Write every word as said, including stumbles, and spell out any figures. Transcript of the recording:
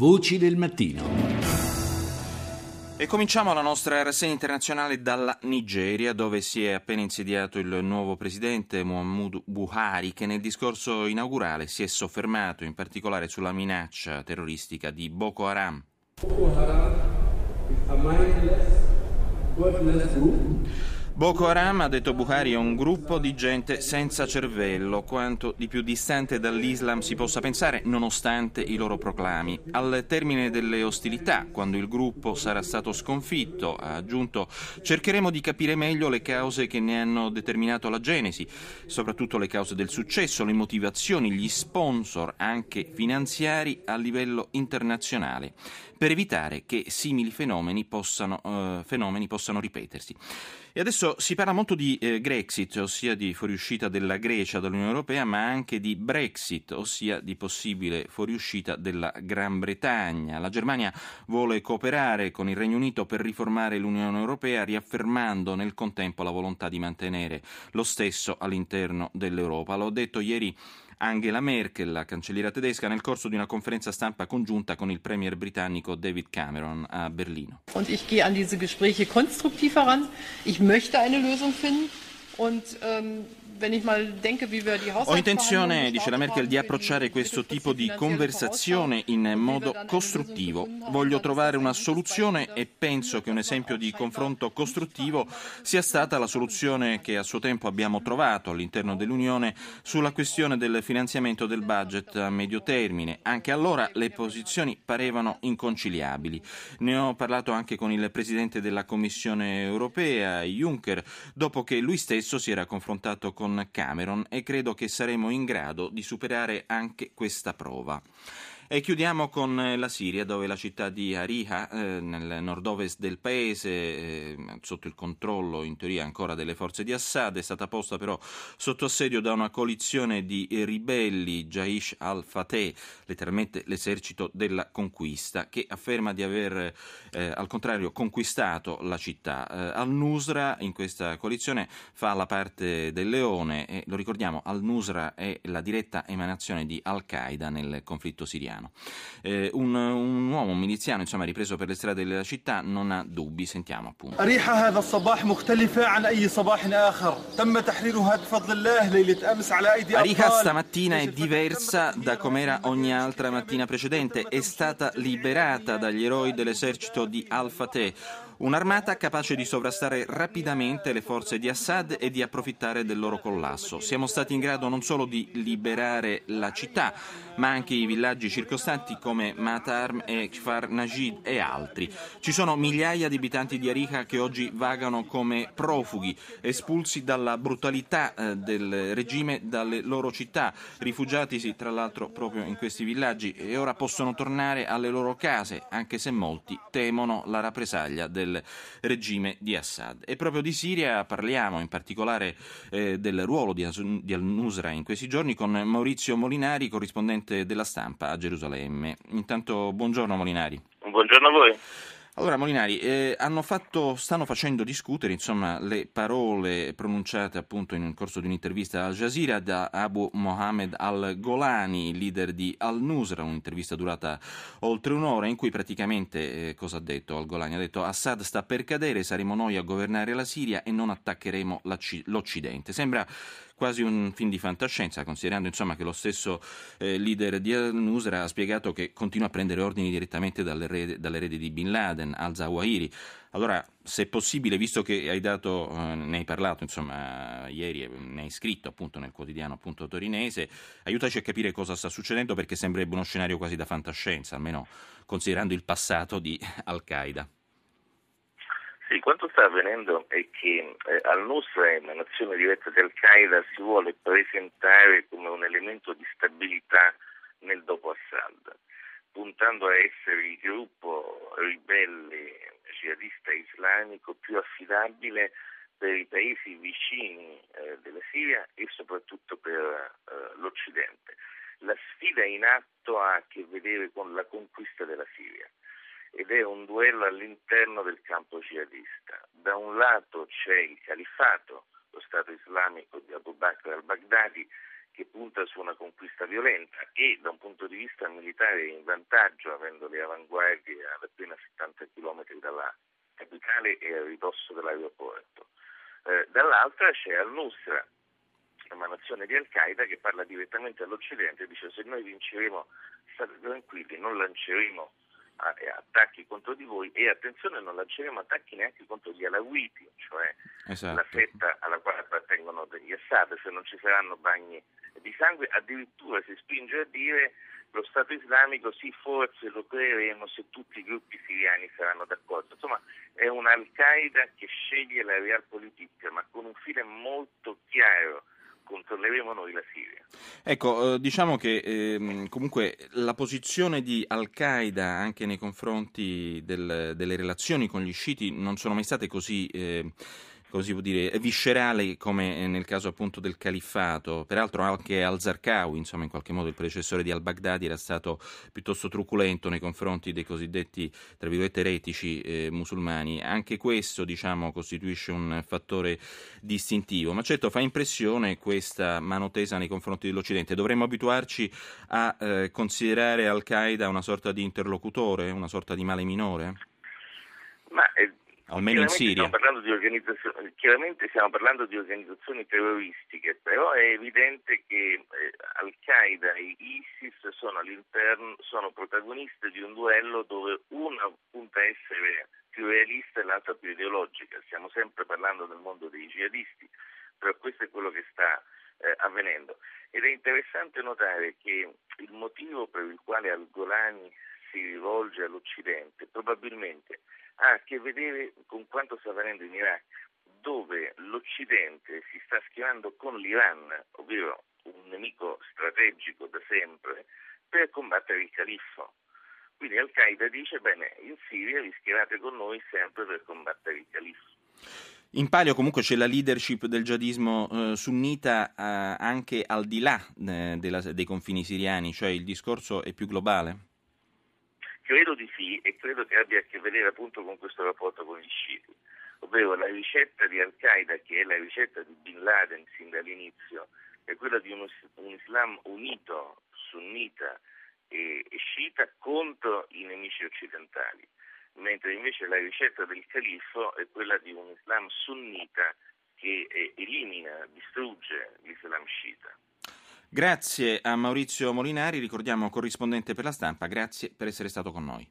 Voci del mattino. E cominciamo la nostra rassegna internazionale dalla Nigeria, dove si è appena insediato il nuovo presidente Muhammadu Buhari, che nel discorso inaugurale si è soffermato in particolare sulla minaccia terroristica di Boko Haram. Boko Haram is a mindless, godless group. Boko Haram, ha detto Buhari, è un gruppo di gente senza cervello, quanto di più distante dall'Islam si possa pensare, nonostante i loro proclami. Al termine delle ostilità, quando il gruppo sarà stato sconfitto, ha aggiunto, cercheremo di capire meglio le cause che ne hanno determinato la genesi, soprattutto le cause del successo, le motivazioni, gli sponsor, anche finanziari, a livello internazionale, per evitare che simili fenomeni possano, eh, fenomeni possano ripetersi. E adesso si parla molto di eh, Grexit, ossia di fuoriuscita della Grecia dall'Unione Europea, ma anche di Brexit, ossia di possibile fuoriuscita della Gran Bretagna. La Germania vuole cooperare con il Regno Unito per riformare l'Unione Europea, riaffermando nel contempo la volontà di mantenere lo stesso all'interno dell'Europa. L'ho detto ieri Angela Merkel, la cancelliera tedesca, nel corso di una conferenza stampa congiunta con il premier britannico David Cameron a Berlino. Und ich gehe an diese Gespräche konstruktiv heran. Ich möchte eine Lösung finden und ähm, wenn ich mal denke, wie wir die Ho intenzione, dice la Merkel, di approcciare questo tipo di conversazione in modo costruttivo. Voglio trovare una soluzione e penso che un esempio di confronto costruttivo sia stata la soluzione che a suo tempo abbiamo trovato all'interno dell'Unione sulla questione del finanziamento del budget a medio termine. Anche allora le posizioni parevano inconciliabili. Ne ho parlato anche con il Presidente della Commissione Europea, Juncker, dopo che lui stesso si era confrontato con Cameron, e credo che saremo in grado di superare anche questa prova. E chiudiamo con la Siria, dove la città di Ariha, eh, nel nord-ovest del paese, eh, sotto il controllo in teoria ancora delle forze di Assad, è stata posta però sotto assedio da una coalizione di ribelli, Jaish al-Fateh, letteralmente l'esercito della conquista, che afferma di aver eh, al contrario conquistato la città. Eh, al-Nusra in questa coalizione fa la parte del leone e lo ricordiamo, al-Nusra è la diretta emanazione di Al-Qaeda nel conflitto siriano. Eh, un, un uomo, un miliziano, insomma, ripreso per le strade della città, non ha dubbi. Sentiamo appunto. أريحة هذا الصباح مختلفة عن أي صباح آخر تم تحريرها بفضل الله ليلة أمس على أيدي أبطال. Ariha stamattina è diversa da com'era ogni altra mattina precedente. È stata liberata dagli eroi dell'esercito di Al-Fateh, un'armata capace di sovrastare rapidamente le forze di Assad e di approfittare del loro collasso. Siamo stati in grado non solo di liberare la città, ma anche i villaggi circostanti come Matarm e Kfar Najid e altri. Ci sono migliaia di abitanti di Ariha che oggi vagano come profughi, espulsi dalla brutalità eh, del regime dalle loro città, rifugiatisi tra l'altro proprio in questi villaggi, e ora possono tornare alle loro case, anche se molti temono la rappresaglia del regime di Assad. E proprio di Siria parliamo, in particolare eh, del ruolo di, As- di al-Nusra in questi giorni, con Maurizio Molinari, corrispondente della Stampa a Gerusalemme. Intanto buongiorno Molinari. Buongiorno a voi. Allora Molinari, eh, hanno fatto, stanno facendo discutere insomma le parole pronunciate appunto in corso di un'intervista a Al Jazeera da Abu Mohammed al-Golani, leader di al-Nusra, un'intervista durata oltre un'ora in cui praticamente eh, cosa ha detto al-Golani? Ha detto: Assad sta per cadere, saremo noi a governare la Siria e non attaccheremo l'Occidente. Sembra quasi un film di fantascienza, considerando insomma che lo stesso eh, leader di al-Nusra ha spiegato che continua a prendere ordini direttamente dalle redi, dalle redi di Bin Laden, al-Zawahiri. Allora, se è possibile, visto che hai dato, eh, ne hai parlato insomma ieri, ne hai scritto appunto nel quotidiano appunto torinese, aiutaci a capire cosa sta succedendo, perché sembrerebbe uno scenario quasi da fantascienza, almeno considerando il passato di Al-Qaeda. Sì, quanto sta avvenendo è che eh, al-Nusra, una nazione diretta di Al-Qaeda, si vuole presentare come un elemento di stabilità nel dopo Assad, puntando a essere il gruppo ribelle jihadista islamico più affidabile per i paesi vicini eh, della Siria e soprattutto per eh, l'Occidente. La sfida in atto ha a che vedere con la conquista della Siria ed è un duello all'interno del campo jihadista. Da un lato c'è il califfato, lo Stato islamico di Abu Bakr al-Baghdadi, che punta su una conquista violenta e da un punto di vista militare in vantaggio, avendo le avanguardie ad appena settanta chilometri dalla capitale e a ridosso dell'aeroporto. Eh, dall'altra c'è al-Nusra, emanazione di Al-Qaeda, che parla direttamente all'Occidente e dice: se noi vinceremo state tranquilli, non lanceremo attacchi contro di voi e attenzione, non lanceremo attacchi neanche contro gli alawiti, cioè esatto. la setta alla quale appartengono degli Assad, se non ci saranno bagni di sangue. Addirittura si spinge a dire: lo Stato islamico sì, forse lo creeremo se tutti i gruppi siriani saranno d'accordo. Insomma, è un'Al-Qaeda che sceglie la realpolitik, ma con un fine molto chiaro: controlleremo noi la Siria. Ecco, eh, diciamo che eh, comunque la posizione di Al-Qaeda anche nei confronti del, delle relazioni con gli sciiti non sono mai state così, eh, così può dire, viscerali come nel caso appunto del califfato. Peraltro anche al-Zarqawi, insomma in qualche modo il predecessore di al-Baghdadi, era stato piuttosto truculento nei confronti dei cosiddetti, tra virgolette, eretici eh, musulmani. Anche questo, diciamo, costituisce un fattore distintivo, ma certo fa impressione questa mano tesa nei confronti dell'Occidente. Dovremmo abituarci a eh, considerare Al-Qaeda una sorta di interlocutore, una sorta di male minore? Ma eh, almeno in Siria. Stiamo parlando di organizzazioni, chiaramente stiamo parlando di organizzazioni terroristiche, però è evidente che eh, Al-Qaeda e ISIS sono all'interno, sono protagoniste di un duello dove una punta a essere più realista e l'altra più ideologica. Stiamo sempre parlando del mondo dei jihadisti, però questo è quello che sta eh, avvenendo. Ed è interessante notare che il motivo per il quale Al-Golani si rivolge all'Occidente probabilmente ha a che vedere con quanto sta avvenendo in Iraq, dove l'Occidente si sta schierando con l'Iran, ovvero un nemico strategico da sempre, per combattere il califfo. Quindi Al-Qaeda dice: bene, in Siria vi schierate con noi sempre per combattere il califfo. In palio comunque c'è la leadership del jihadismo eh, sunnita eh, anche al di là eh, della, dei confini siriani, cioè il discorso è più globale? Credo di sì, e credo che abbia a che vedere appunto con questo rapporto con gli sciiti, ovvero la ricetta di Al-Qaeda, che è la ricetta di Bin Laden sin dall'inizio, è quella di un, un Islam unito, sunnita e, e sciita contro i nemici occidentali, mentre invece la ricetta del califfo è quella di un Islam sunnita che eh, elimina, distrugge l'Islam sciita. Grazie a Maurizio Molinari, ricordiamo corrispondente per La Stampa, grazie per essere stato con noi.